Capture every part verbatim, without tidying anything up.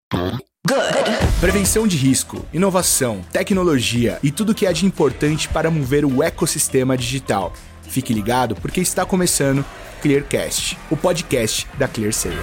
Good. Prevenção de risco, inovação, tecnologia e tudo que há de importante para mover o ecossistema digital. Fique ligado porque está começando Clearcast, o podcast da ClearSale.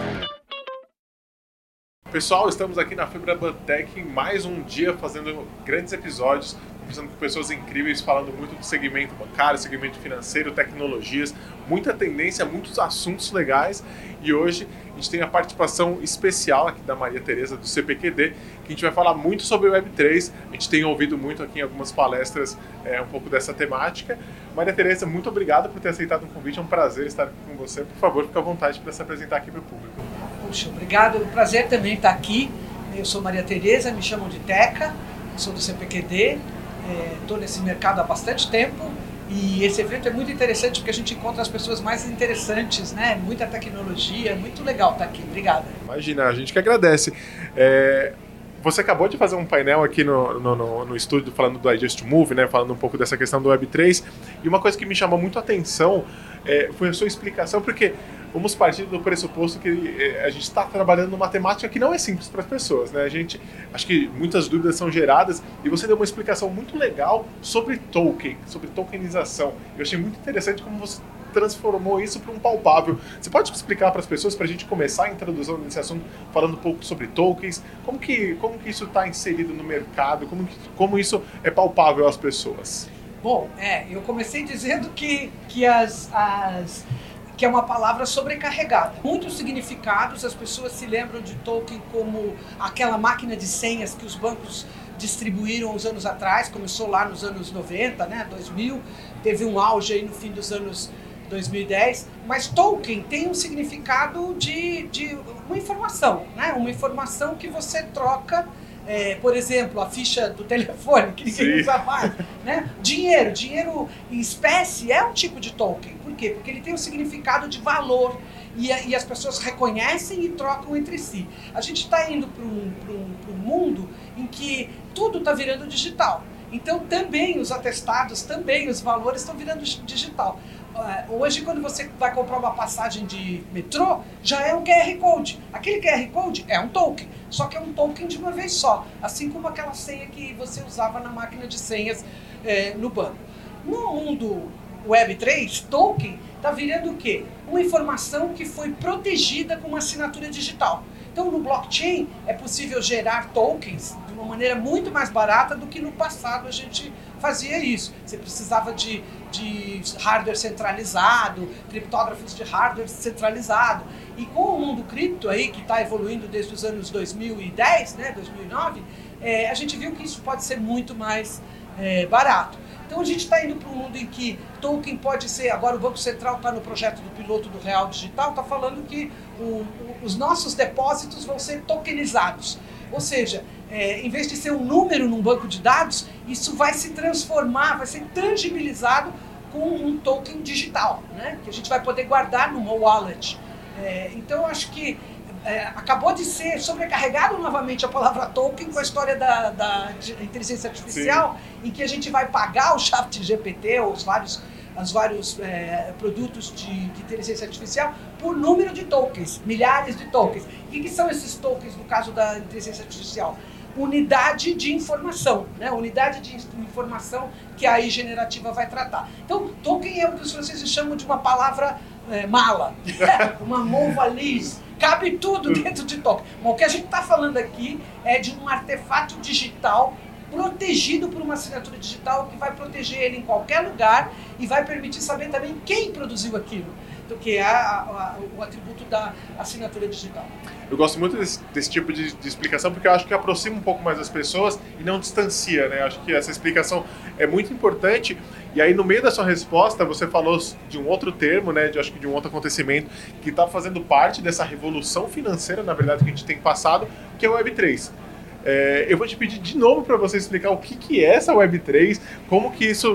Pessoal, estamos aqui na FebraBanTech em mais um dia fazendo grandes episódios, conversando com pessoas incríveis, falando muito do segmento bancário, segmento financeiro, tecnologias, muita tendência, muitos assuntos legais. E hoje a gente tem a participação especial aqui da Maria Tereza do C P Q D, que a gente vai falar muito sobre o Web três. A gente tem ouvido muito aqui em algumas palestras é, um pouco dessa temática. Maria Tereza, muito obrigado por ter aceitado o convite, é um prazer estar aqui com você. Por favor, fique à vontade para se apresentar aqui para o público. Puxa, obrigado, é um prazer também estar aqui. Eu sou Maria Tereza, me chamam de Teca, sou do C P Q D, estou é, nesse mercado há bastante tempo e esse evento é muito interessante porque a gente encontra as pessoas mais interessantes, né? Muita tecnologia, muito legal estar aqui. Obrigada. Imagina, a gente que agradece. É... Você acabou de fazer um painel aqui no, no, no, no estúdio falando do I Just Move, né, falando um pouco dessa questão do Web três, e uma coisa que me chamou muito a atenção é, foi a sua explicação, porque vamos partir do pressuposto que é, a gente está trabalhando numa temática que não é simples para as pessoas, né? A gente, acho que muitas dúvidas são geradas, e você deu uma explicação muito legal sobre token, sobre tokenização. Eu achei muito interessante como você transformou isso para um palpável. Você pode explicar para as pessoas, para a gente começar a introdução nesse assunto, falando um pouco sobre tokens, como que, como que isso está inserido no mercado, como, que, como isso é palpável às pessoas? Bom, é, eu comecei dizendo que, que, as, as, que é uma palavra sobrecarregada. Muitos significados, as pessoas se lembram de token como aquela máquina de senhas que os bancos distribuíram uns anos atrás, começou lá nos anos noventa, né, dois mil, teve um auge aí no fim dos anos dois mil e dez, mas token tem um significado de, de uma informação, né? Uma informação que você troca, é, por exemplo, a ficha do telefone, que ninguém usa mais, né? Dinheiro, dinheiro em espécie é um tipo de token. Por quê? Porque ele tem um significado de valor e, e as pessoas reconhecem e trocam entre si. A gente está indo para um, para um, para um mundo em que tudo está virando digital. Então também os atestados, também os valores estão virando digital. Hoje, quando você vai comprar uma passagem de metrô, já é um Q R Code. Aquele Q R Code é um token, só que é um token de uma vez só, assim como aquela senha que você usava na máquina de senhas é, no banco. No mundo Web três, token está virando o quê? Uma informação que foi protegida com uma assinatura digital. Então, no blockchain, é possível gerar tokens de uma maneira muito mais barata do que no passado a gente fazia isso. Você precisava de, de hardware centralizado, criptógrafos de hardware centralizado. E com o mundo cripto aí, que está evoluindo desde os anos dois mil e dez, né, dois mil e nove, é, a gente viu que isso pode ser muito mais é, barato. Então a gente está indo para um mundo em que token pode ser, agora o Banco Central está no projeto do piloto do Real Digital, está falando que o, o, os nossos depósitos vão ser tokenizados. Ou seja, é, em vez de ser um número num banco de dados, isso vai se transformar, vai ser tangibilizado com um token digital, né? Que a gente vai poder guardar numa wallet. É, então eu acho que É, acabou de ser sobrecarregado novamente a palavra token com a história da, da inteligência artificial, Sim. em que a gente vai pagar o chat G P T ou os vários, os vários é, produtos de, de inteligência artificial por número de tokens, milhares de tokens. O que, que são esses tokens no caso da inteligência artificial? Unidade de informação, né? Unidade de informação que a I generativa vai tratar. Então, token é o que os franceses chamam de uma palavra é, mala, uma mot valise. Cabe tudo dentro de token. Bom, o que a gente está falando aqui é de um artefato digital protegido por uma assinatura digital que vai proteger ele em qualquer lugar e vai permitir saber também quem produziu aquilo, do que é a, a, o atributo da assinatura digital. Eu gosto muito desse, desse tipo de, de explicação porque eu acho que aproxima um pouco mais as pessoas e não distancia, né? Eu acho que essa explicação é muito importante. E aí, no meio da sua resposta, você falou de um outro termo, né? De, acho que de um outro acontecimento que está fazendo parte dessa revolução financeira, na verdade, que a gente tem passado, que é o Web três. É, eu vou te pedir de novo para você explicar o que, que é essa Web três, como que isso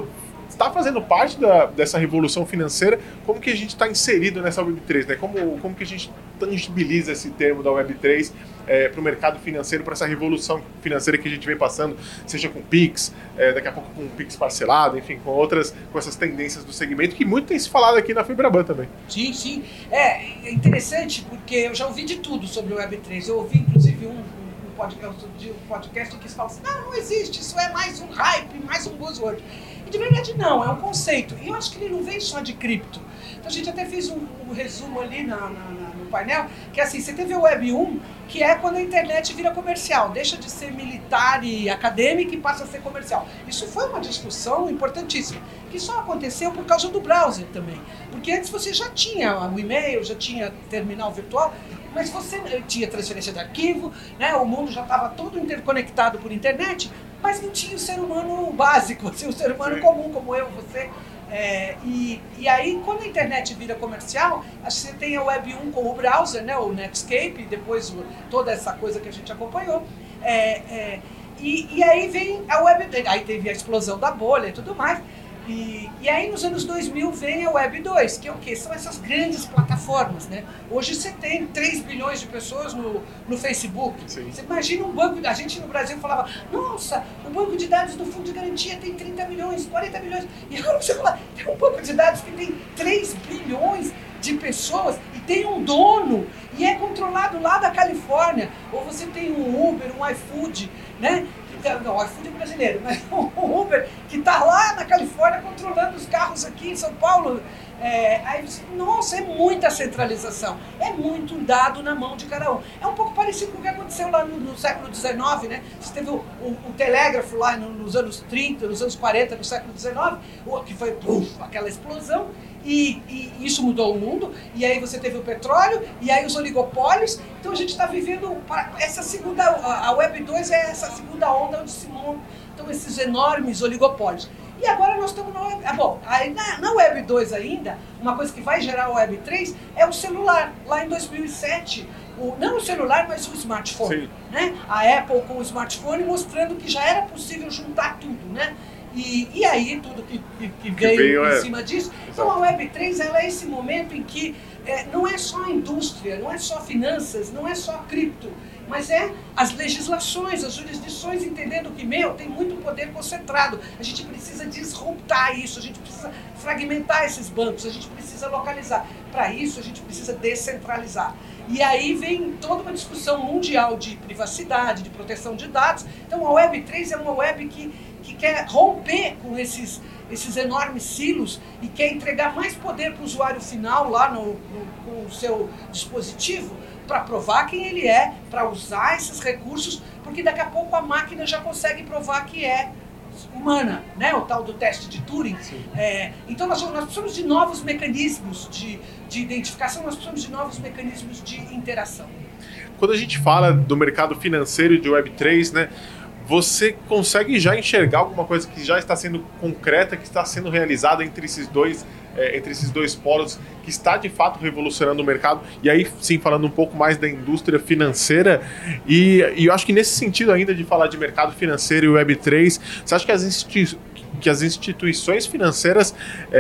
está fazendo parte da, dessa revolução financeira. Como que a gente está inserido nessa Web três, né? Como, como que a gente tangibiliza esse termo da Web três é, para o mercado financeiro, para essa revolução financeira que a gente vem passando, seja com Pix, é, daqui a pouco com Pix parcelado, enfim, com outras, com essas tendências do segmento, que muito tem se falado aqui na Febraban também. Sim, sim. É, é interessante, porque eu já ouvi de tudo sobre o Web três. Eu ouvi, inclusive, um, um, podcast, um podcast que fala assim, não, não existe, isso é mais um hype, mais um buzzword. E de verdade não, é um conceito. E eu acho que ele não vem só de cripto. Então a gente até fez um, um resumo ali na, na, na, no painel, que é assim, você teve o Web um, que é quando a internet vira comercial, deixa de ser militar e acadêmica e passa a ser comercial. Isso foi uma discussão importantíssima, que só aconteceu por causa do browser também. Porque antes você já tinha o e-mail, já tinha terminal virtual, mas você tinha transferência de arquivo, né? O mundo já estava todo interconectado por internet, mas não tinha o ser humano básico, assim, o ser humano comum como eu, você. É, e, e aí, quando a internet vira comercial, acho que você tem a Web um com o browser, né, o Netscape, depois o, toda essa coisa que a gente acompanhou. É, é, e, e aí vem a Web, aí teve a explosão da bolha e tudo mais. E, e aí nos anos dois mil vem a Web dois, que é o quê? São essas grandes plataformas, né? Hoje você tem três bilhões de pessoas no, no Facebook. Sim. Você imagina um banco, a gente no Brasil falava, nossa, o banco de dados do Fundo de Garantia tem trinta milhões, quarenta milhões. E agora você fala, tem um banco de dados que tem três bilhões de pessoas e tem um dono e é controlado lá da Califórnia. Ou você tem um Uber, um iFood, né? Não, o iFood é brasileiro, mas o Uber que está lá na Califórnia controlando os carros aqui em São Paulo. É, aí você, nossa, é muita centralização, é muito dado na mão de cada um. É um pouco parecido com o que aconteceu lá no, no século dezenove, né? Você teve o, o, o telégrafo lá no, nos anos trinta, nos anos quarenta, no século dezenove, que foi puf, aquela explosão. E, e isso mudou o mundo, e aí você teve o petróleo, e aí os oligopólios. Então a gente está vivendo essa segunda, a Web dois é essa segunda onda onde se montam esses enormes oligopólios. E agora nós estamos na Web... Ah, bom, aí na, na Web dois ainda, uma coisa que vai gerar a Web três é o celular. Lá em dois mil e sete, o, não o celular, mas o smartphone. Né? A Apple com o smartphone mostrando que já era possível juntar tudo, né? E, e aí tudo que, que, que veio, veio em é... cima disso. Exato. Então a Web três ela é esse momento em que é, não é só a indústria, não é só finanças, não é só cripto, mas é as legislações, as jurisdições entendendo que, meu, tem muito poder concentrado. A gente precisa disruptar isso, a gente precisa fragmentar esses bancos, a gente precisa localizar. Para isso a gente precisa descentralizar. E aí vem toda uma discussão mundial de privacidade, de proteção de dados. Então a Web três é uma web que que quer romper com esses, esses enormes silos e quer entregar mais poder para o usuário final lá no, no, com o seu dispositivo para provar quem ele é, para usar esses recursos, porque daqui a pouco a máquina já consegue provar que é humana, né? O tal do teste de Turing. É, então nós, nós precisamos de novos mecanismos de, de identificação, nós precisamos de novos mecanismos de interação. Quando a gente fala do mercado financeiro e de Web três, né? Você consegue já enxergar alguma coisa que já está sendo concreta, que está sendo realizada entre esses dois, é, entre esses dois polos, que está de fato revolucionando o mercado? E aí, sim, falando um pouco mais da indústria financeira, e, e eu acho que nesse sentido ainda de falar de mercado financeiro e Web três, você acha que as instituições que as instituições financeiras,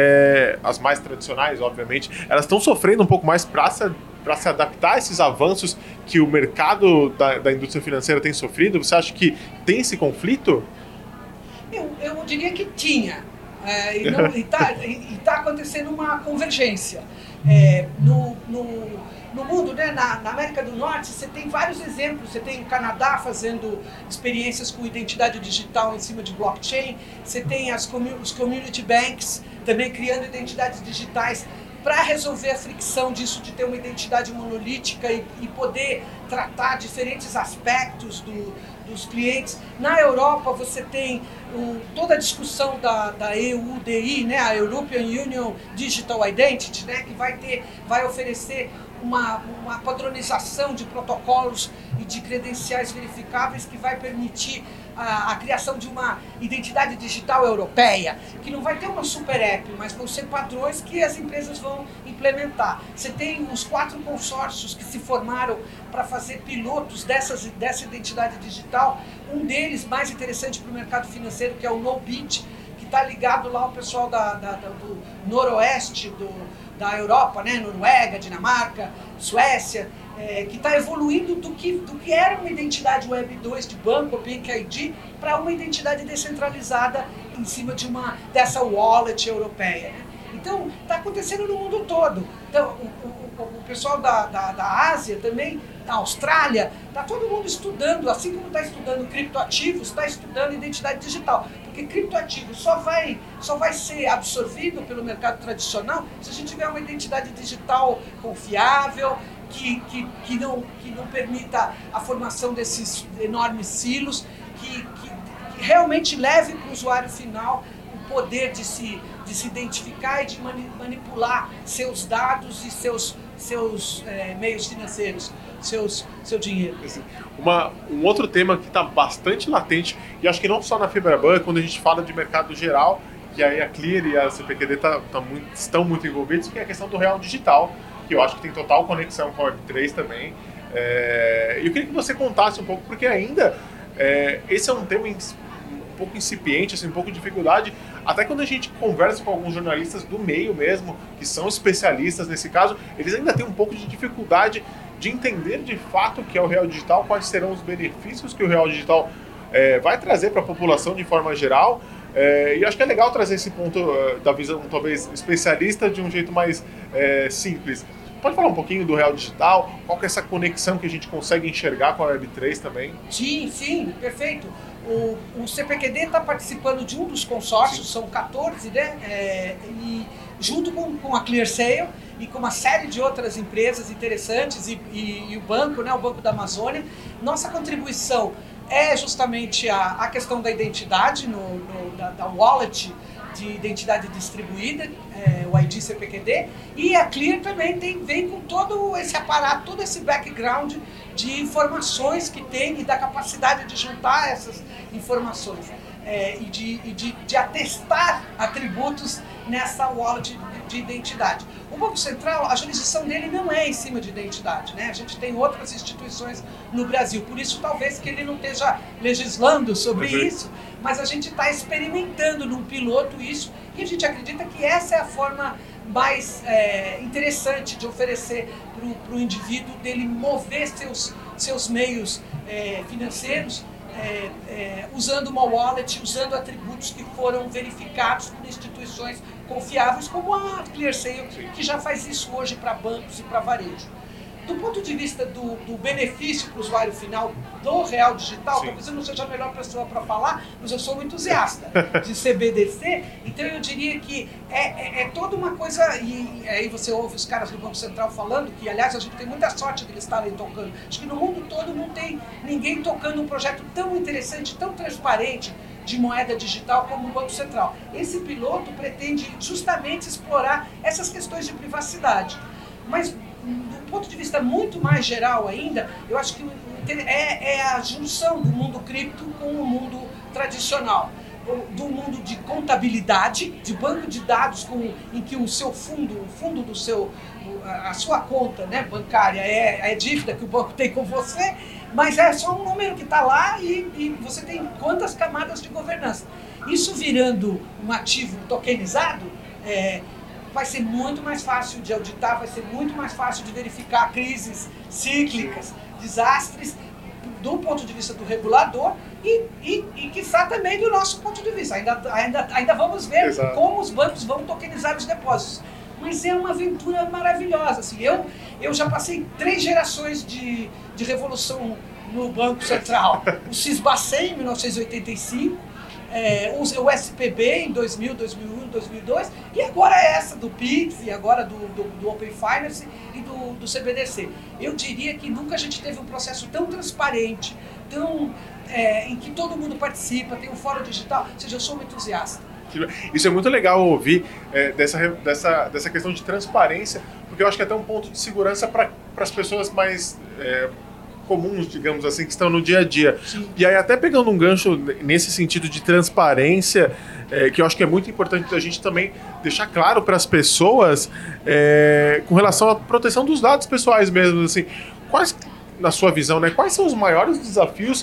é, as mais tradicionais, obviamente, elas estão sofrendo um pouco mais para se, para se adaptar a esses avanços que o mercado da, da indústria financeira tem sofrido? Você acha que tem esse conflito? Eu, eu diria que tinha. É, e está tá acontecendo uma convergência. É, no, no, no mundo, né, na, na América do Norte, você tem vários exemplos. Você tem o Canadá fazendo experiências com identidade digital em cima de blockchain. Você tem as, os community banks também criando identidades digitais para resolver a fricção disso de ter uma identidade monolítica e, e poder tratar diferentes aspectos do, dos clientes. Na Europa você tem o, toda a discussão da, da E U D I, né, a European Union Digital Identity, né, que vai, ter, vai oferecer uma, uma padronização de protocolos e de credenciais verificáveis que vai permitir a, a criação de uma identidade digital europeia, que não vai ter uma super app, mas vão ser padrões que as empresas vão implementar. Você tem os quatro consórcios que se formaram para fazer pilotos dessas, dessa identidade digital. Um deles, mais interessante para o mercado financeiro, que é o NoBit, que está ligado lá ao pessoal da, da, da, do noroeste do, da Europa, né? Noruega, Dinamarca, Suécia, é, que está evoluindo do que, do que era uma identidade Web dois de banco, Bank I D, para uma identidade descentralizada em cima de uma, dessa wallet europeia. Né? Então, está acontecendo no mundo todo. Então, o, o, o pessoal da, da, da Ásia também, da Austrália, está todo mundo estudando, assim como está estudando criptoativos, está estudando identidade digital. Porque criptoativo só vai, só vai ser absorvido pelo mercado tradicional se a gente tiver uma identidade digital confiável, que, que, que, não, que não permita a formação desses enormes silos, que, que, que realmente leve para o usuário final o poder de se, de se identificar e de mani, manipular seus dados e seus, seus é, meios financeiros, seus, seu dinheiro. Uma, um outro tema que está bastante latente, e acho que não só na Febraban, quando a gente fala de mercado geral, que aí a Clear e a C P Q D tá, tá muito, estão muito envolvidos, que é a questão do real digital, que eu acho que tem total conexão com a Web três também. É, eu queria que você contasse um pouco, porque ainda é, esse é um tema um pouco incipiente, assim, um pouco de dificuldade, até quando a gente conversa com alguns jornalistas do meio mesmo, que são especialistas nesse caso, eles ainda têm um pouco de dificuldade de entender de fato o que é o real digital, quais serão os benefícios que o real digital é, vai trazer para a população de forma geral. É, e acho que é legal trazer esse ponto uh, da visão, talvez, especialista de um jeito mais é, simples. Pode falar um pouquinho do real digital? Qual que é essa conexão que a gente consegue enxergar com a Web três também? Sim, sim, perfeito. O, o C P Q D está participando de um dos consórcios, sim. São quatorze, né? É, e junto com, com a ClearSale e com uma série de outras empresas interessantes e, e, e o banco, né? O Banco da Amazônia, nossa contribuição é justamente a, a questão da identidade, no, no, da, da wallet de identidade distribuída, é, o I D C P Q D, e a Clear também tem, vem com todo esse aparato, todo esse background de informações que tem e da capacidade de juntar essas informações é, e, de, e de, de atestar atributos nessa wallet de, de identidade. O Banco Central, a jurisdição dele não é em cima de identidade, né? A gente tem outras instituições no Brasil, por isso talvez que ele não esteja legislando sobre uhum. isso, mas a gente está experimentando num piloto isso e a gente acredita que essa é a forma mais é, interessante de oferecer para o indivíduo dele mover seus, seus meios é, financeiros É, é, usando uma wallet, usando atributos que foram verificados por instituições confiáveis, como a ClearSale, que já faz isso hoje para bancos e para varejo. Do ponto de vista do, do benefício para o usuário final do real digital, talvez eu não seja a melhor pessoa para falar, mas eu sou um entusiasta de C B D C, então eu diria que é, é, é toda uma coisa, e, e aí você ouve os caras do Banco Central falando, que aliás a gente tem muita sorte de eles estarem tocando, acho que no mundo todo não tem ninguém tocando um projeto tão interessante, tão transparente, de moeda digital como o Banco Central. Esse piloto pretende justamente explorar essas questões de privacidade, mas do ponto de vista muito mais geral ainda, eu acho que é, é a junção do mundo cripto com o mundo tradicional, do mundo de contabilidade, de banco de dados com, em que o seu fundo, o fundo do seu, a sua conta, né, bancária é, é dívida que o banco tem com você, mas é só um número que está lá e, e você tem quantas camadas de governança. Isso virando um ativo tokenizado, é, vai ser muito mais fácil de auditar, vai ser muito mais fácil de verificar crises cíclicas, desastres, do ponto de vista do regulador e, e, e quiçá também do nosso ponto de vista. Ainda, ainda, ainda vamos ver Exato. Como os bancos vão tokenizar os depósitos. Mas é uma aventura maravilhosa. Assim, eu, eu já passei três gerações de, de revolução no Banco Central. O Sisbacen, em mil novecentos e oitenta e cinco, É, o S P B em dois mil, dois mil e um, dois mil e dois e agora essa do Pix e agora do, do, do Open Finance e do, do C B D C. Eu diria que nunca a gente teve um processo tão transparente, tão, é, em que todo mundo participa, tem um fórum digital, ou seja, eu sou um entusiasta. Isso é muito legal ouvir é, dessa, dessa, dessa questão de transparência, porque eu acho que é até um ponto de segurança para as pessoas mais... É, comuns, digamos assim, que estão no dia a dia. Sim. E aí até pegando um gancho nesse sentido de transparência, é, que eu acho que é muito importante a gente também deixar claro para as pessoas é, com relação à proteção dos dados pessoais mesmo, assim, quais, na sua visão, né, quais são os maiores desafios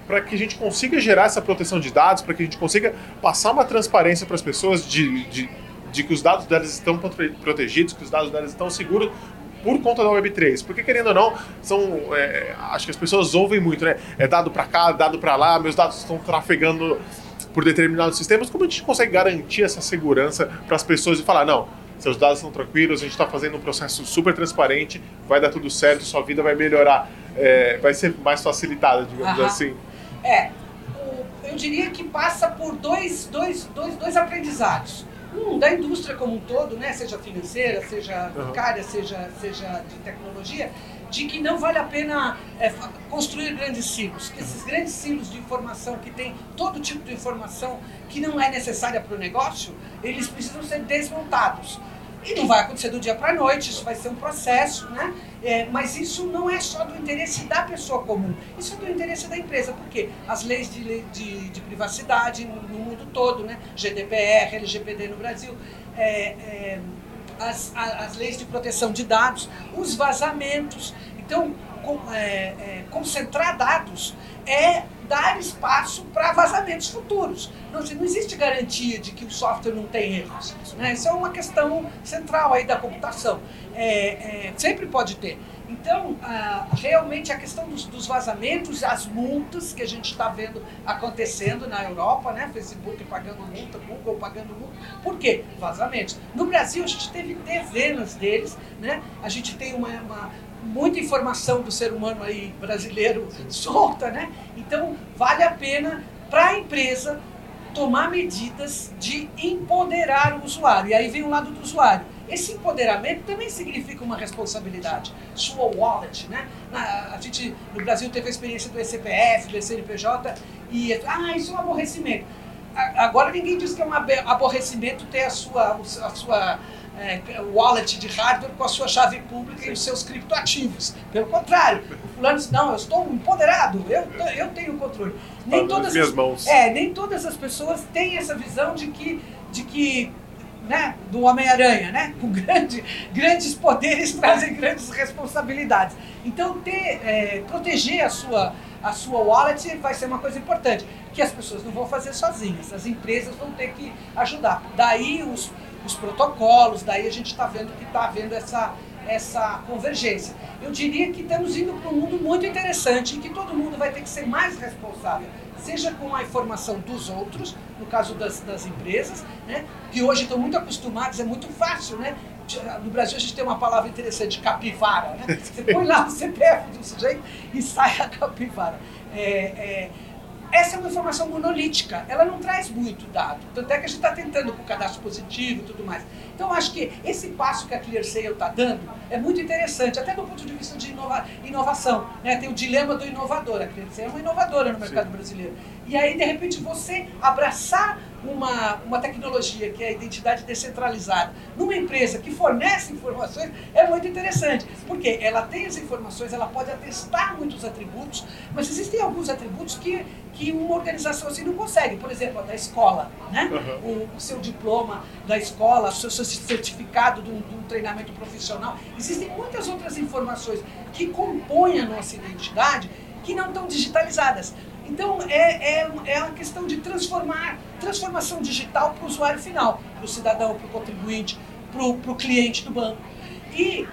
para que a gente consiga gerar essa proteção de dados, para que a gente consiga passar uma transparência para as pessoas de, de, de que os dados delas estão protegidos, que os dados delas estão seguros por conta da web três. Porque, querendo ou não, são, é, acho que as pessoas ouvem muito, né? É dado para cá, dado para lá, meus dados estão trafegando por determinados sistemas. Como a gente consegue garantir essa segurança para as pessoas e falar, não, seus dados estão tranquilos, a gente está fazendo um processo super transparente, vai dar tudo certo, sua vida vai melhorar, é, vai ser mais facilitada, digamos Aham. assim. É, o, eu diria que passa por dois, dois, dois, dois aprendizados. Um, da indústria como um todo, né, seja financeira, seja bancária, uhum. seja, seja de tecnologia, de que não vale a pena é, construir grandes silos. Que esses grandes silos de informação, que tem todo tipo de informação que não é necessária para o negócio, eles precisam ser desmontados. E não vai acontecer do dia para a noite, isso vai ser um processo, né? É, mas isso não é só do interesse da pessoa comum, isso é do interesse da empresa, porque as leis de, de, de privacidade no, no mundo todo, né? G D P R, L G P D no Brasil, é, é, as, as leis de proteção de dados, os vazamentos. Então, com, é, é, concentrar dados é dar espaço para vazamentos futuros. Não, não existe garantia de que o software não tem erros, né? Isso é uma questão central aí da computação. É, é, sempre pode ter. Então, ah, realmente a questão dos, dos vazamentos, as multas que a gente está vendo acontecendo na Europa, né? Facebook pagando multa, Google pagando multa. Por quê? Vazamentos. No Brasil, a gente teve dezenas deles, né? A gente tem uma, uma muita informação do ser humano aí brasileiro solta, né? Então, vale a pena para a empresa tomar medidas de empoderar o usuário. E aí vem o lado do usuário. Esse empoderamento também significa uma responsabilidade. Sua wallet, né? A gente, no Brasil, teve a experiência do C P F, do C N P J, e ah, isso é um aborrecimento. Agora ninguém diz que é um aborrecimento ter a sua, a sua é, wallet de hardware com a sua chave pública e os seus criptoativos. Pelo contrário, o fulano diz, não, eu estou empoderado, eu, eu tenho controle. Nem todas, minhas mãos. É, nem todas as pessoas têm essa visão de que, de que né, do Homem-Aranha, né? Com grande, grandes poderes trazem grandes responsabilidades. Então, ter, é, proteger a sua, a sua wallet vai ser uma coisa importante, que as pessoas não vão fazer sozinhas, as empresas vão ter que ajudar. Daí os, os protocolos, daí a gente está vendo que está havendo essa, essa convergência. Eu diria que estamos indo para um mundo muito interessante e que todo mundo vai ter que ser mais responsável, seja com a informação dos outros, no caso das, das empresas, né, que hoje estão muito acostumados, é muito fácil, né? No Brasil a gente tem uma palavra interessante, capivara, né? Você põe lá o C P F do sujeito e sai a capivara. É, é, essa é uma informação monolítica, ela não traz muito dado, tanto é que a gente está tentando com o cadastro positivo e tudo mais. Então eu acho que esse passo que a ClearSale está dando é muito interessante, até do ponto de vista de inova inovação, né? Tem o dilema do inovador, a ClearSale é uma inovadora no mercado Sim. brasileiro. E aí, de repente, você abraçar uma, uma tecnologia que é a identidade descentralizada numa empresa que fornece informações é muito interessante, porque ela tem as informações, ela pode atestar muitos atributos, mas existem alguns atributos que, que uma organização assim não consegue. Por exemplo, a da escola, né? Uhum. O, o seu diploma da escola, o seu, seu certificado de um, de um treinamento profissional. Existem muitas outras informações que compõem a nossa identidade que não estão digitalizadas. Então, é, é, é uma questão de transformar, transformação digital para o usuário final, para o cidadão, para o contribuinte, para o cliente do banco. E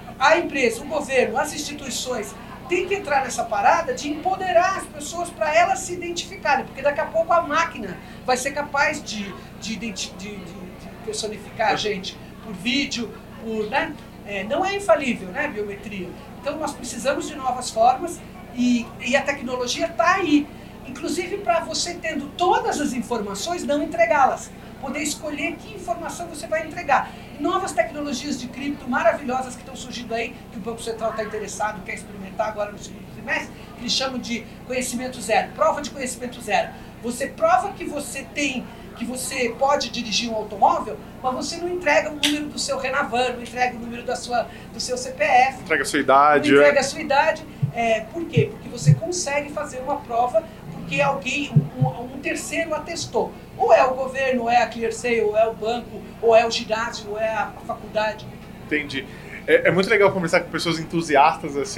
a empresa, o governo, as instituições têm que entrar nessa parada de empoderar as pessoas para elas se identificarem, porque daqui a pouco a máquina vai ser capaz de, de, de, de, de personificar a gente por vídeo, por, né? É, não é infalível, né, biometria. Então, nós precisamos de novas formas. E, e a tecnologia está aí, inclusive para você tendo todas as informações, não entregá-las, poder escolher que informação você vai entregar. E novas tecnologias de cripto maravilhosas que estão surgindo aí, que o Banco Central está interessado, quer experimentar agora no segundo trimestre, que eles chamam de conhecimento zero, prova de conhecimento zero. Você prova que você tem, que você pode dirigir um automóvel, mas você não entrega o número do seu Renavan, não entrega o número da sua, do seu C P F. Entrega a sua idade. Não entrega a sua idade. É, por quê? Porque você consegue fazer uma prova porque alguém, um, um terceiro atestou. Ou é o governo, ou é a ClearSale, ou é o banco, ou é o ginásio, ou é a faculdade. Entendi. É, é muito legal conversar com pessoas entusiastas assim,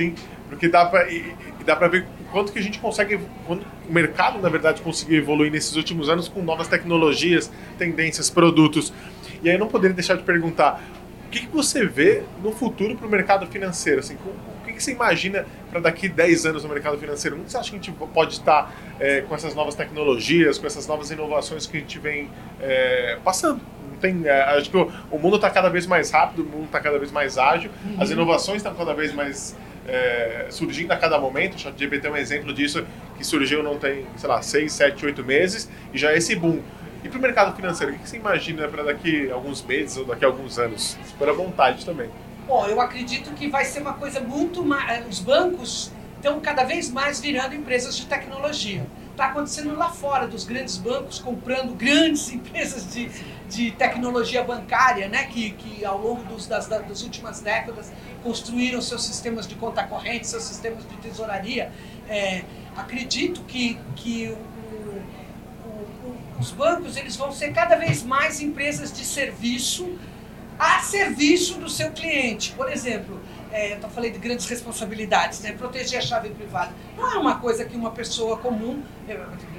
Porque dá para e, e dá para ver quanto que a gente consegue, quanto o mercado, na verdade, conseguiu evoluir nesses últimos anos com novas tecnologias, tendências, produtos. E aí eu não poderia deixar de perguntar, o que, que você vê no futuro para o mercado financeiro? Assim, o que, que você imagina para daqui dez anos no mercado financeiro? Onde você acha que a gente pode estar é, com essas novas tecnologias, com essas novas inovações que a gente vem é, passando? Tem, é, acho que o, o mundo está cada vez mais rápido, o mundo está cada vez mais ágil, uhum. As inovações estão cada vez mais é, surgindo a cada momento. O ChatGPT é um exemplo disso, que surgiu não tem, sei lá, seis, sete, oito meses, e já é esse boom. E para o mercado financeiro, o que você imagina para daqui a alguns meses ou daqui a alguns anos? Espera à vontade também. Bom, eu acredito que vai ser uma coisa muito mais... Os bancos estão cada vez mais virando empresas de tecnologia. Está acontecendo lá fora dos grandes bancos, comprando grandes empresas de, de tecnologia bancária, né? que, que ao longo dos, das, das últimas décadas construíram seus sistemas de conta corrente, seus sistemas de tesouraria. É, acredito que, que o, o, o, os bancos eles vão ser cada vez mais empresas de serviço a serviço do seu cliente. Por exemplo, é, eu falei de grandes responsabilidades, né? Proteger a chave privada. Não é uma coisa que uma pessoa comum é,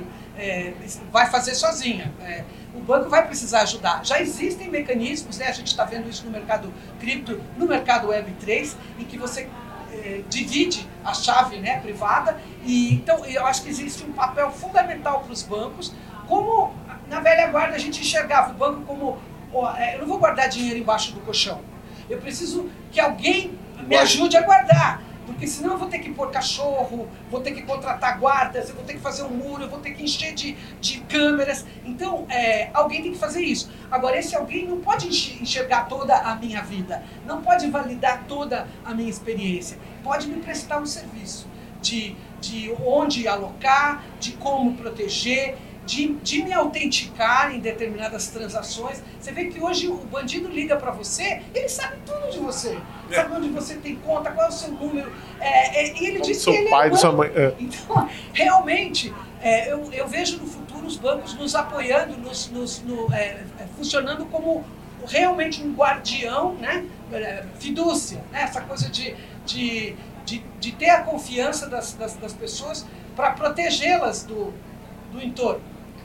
é, vai fazer sozinha. É, o banco vai precisar ajudar. Já existem mecanismos, né? A gente está vendo isso no mercado cripto, no mercado web três, em que você é, divide a chave, né, privada. E, então, eu acho que existe um papel fundamental para os bancos, como na velha guarda a gente enxergava o banco como... Eu não vou guardar dinheiro embaixo do colchão. Eu preciso que alguém me ajude a guardar. Porque senão eu vou ter que pôr cachorro, vou ter que contratar guardas, eu vou ter que fazer um muro, eu vou ter que encher de, de câmeras. Então, é, alguém tem que fazer isso. Agora, esse alguém não pode enxergar toda a minha vida. Não pode validar toda a minha experiência. Pode me prestar um serviço de, de onde alocar, de como proteger, De, de me autenticar em determinadas transações. Você vê que hoje o bandido liga para você, ele sabe tudo de você. É. Sabe onde você tem conta, qual é o seu número. É, é, e ele diz que ele pai, é do sua mãe. É. Então, realmente, é, eu, eu vejo no futuro os bancos nos apoiando, nos, nos, no, é, funcionando como realmente um guardião, né? Fidúcia, né? Essa coisa de, de, de, de ter a confiança das, das, das pessoas para protegê-las do, do entorno.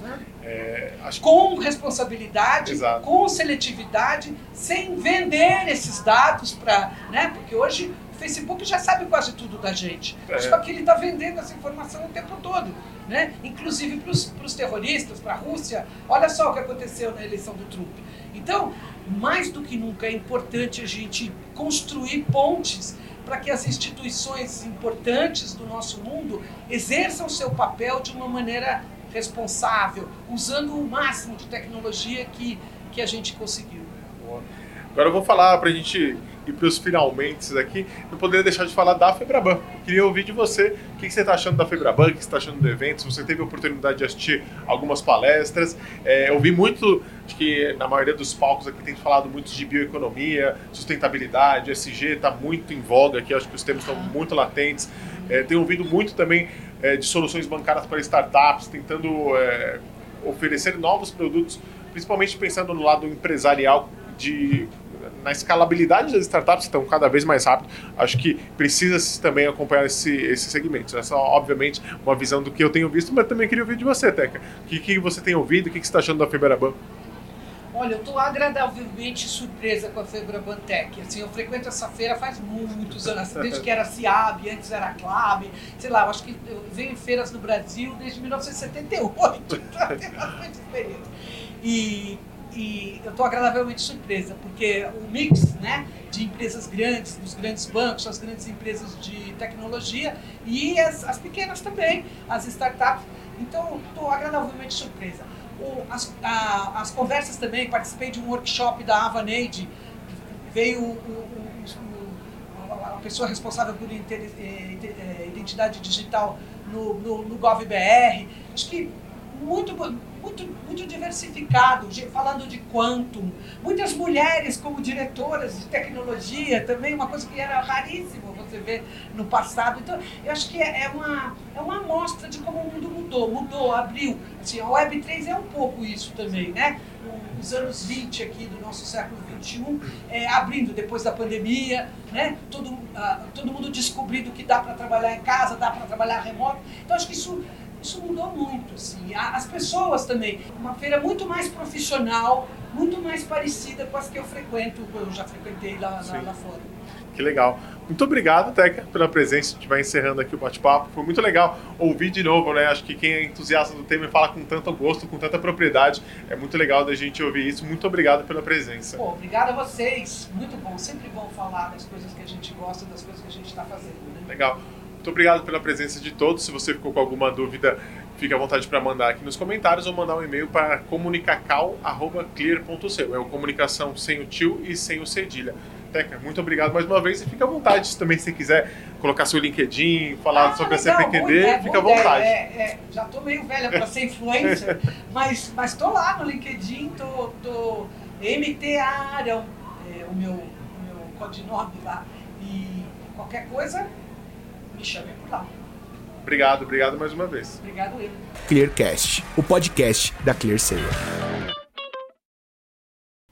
É, acho... Com responsabilidade, Exato. Com seletividade, sem vender esses dados para, né? Porque hoje o Facebook já sabe quase tudo da gente. É. Só que ele está vendendo essa informação o tempo todo, né? Inclusive para os terroristas, para a Rússia. Olha só o que aconteceu na eleição do Trump. Então, mais do que nunca é importante a gente construir pontes para que as instituições importantes do nosso mundo exerçam seu papel de uma maneira responsável, usando o máximo de tecnologia que, que a gente conseguiu. Agora eu vou falar para a gente ir para os finalmente aqui, não poderia deixar de falar da Febraban. Eu queria ouvir de você o que você está achando da Febraban, o que você está achando do evento, se você teve a oportunidade de assistir algumas palestras. É, eu vi muito, acho que na maioria dos palcos aqui tem falado muito de bioeconomia, sustentabilidade, E S G está muito em voga aqui, acho que os termos estão muito latentes. É, tenho ouvido muito também é, de soluções bancárias para startups, tentando é, oferecer novos produtos, principalmente pensando no lado empresarial, de, na escalabilidade das startups, que estão cada vez mais rápido. Acho que precisa também acompanhar esse, esses segmentos. Essa é, obviamente, uma visão do que eu tenho visto, mas também queria ouvir de você, Teca. O que, que você tem ouvido, o que, que você está achando da Febraban? Olha, eu estou agradavelmente surpresa com a Febraban Tech. Assim, eu frequento essa feira faz muitos anos, desde que era CIAB, antes era CLAB, sei lá, eu acho que eu venho em feiras no Brasil desde mil novecentos e setenta e oito, então tem bastante experiência. E, e eu estou agradavelmente surpresa, porque o mix, né, de empresas grandes, dos grandes bancos, as grandes empresas de tecnologia e as, as pequenas também, as startups, então estou agradavelmente surpresa. O, as, a, as conversas também, participei de um workshop da Avaneide, veio o, o, o, a pessoa responsável por inter, é, identidade digital no, no, no GovBR, acho que muito, muito, muito diversificado, falando de quantum, muitas mulheres como diretoras de tecnologia, também uma coisa que era raríssimo você T V no passado. Então, eu acho que é uma, é uma amostra de como o mundo mudou, mudou, abriu. Assim, a Web três é um pouco isso também, né? Os anos vinte aqui do nosso século vinte e um, é, abrindo depois da pandemia, né? Todo, uh, todo mundo descobrindo que dá para trabalhar em casa, dá para trabalhar remoto. Então, acho que isso... Isso mudou muito, assim. As pessoas também. Uma feira muito mais profissional, muito mais parecida com as que eu frequento, eu já frequentei lá, lá, lá fora. Que legal. Muito obrigado, Teca, pela presença. A gente vai encerrando aqui o bate-papo. Foi muito legal ouvir de novo, né? Acho que quem é entusiasta do tema e fala com tanto gosto, com tanta propriedade, é muito legal da gente ouvir isso. Muito obrigado pela presença. Pô, obrigado a vocês. Muito bom. Sempre bom falar das coisas que a gente gosta, das coisas que a gente está fazendo, né? Legal. Muito obrigado pela presença de todos. Se você ficou com alguma dúvida, fique à vontade para mandar aqui nos comentários ou mandar um e-mail para comunicacal arroba clear ponto c. É o comunicação sem o tio e sem o cedilha. Teca, muito obrigado mais uma vez e fique à vontade também se você quiser colocar seu LinkedIn, falar ah, sobre legal, a C P Q D, é, fica à vontade. É, é, já estou meio velha para ser influencer, mas estou lá no LinkedIn, tô, tô M T Arão, é o meu, o meu codinome lá, e qualquer coisa, me chame por lá. Obrigado, obrigado mais uma vez. Obrigado eu. Clearcast, o podcast da ClearSale.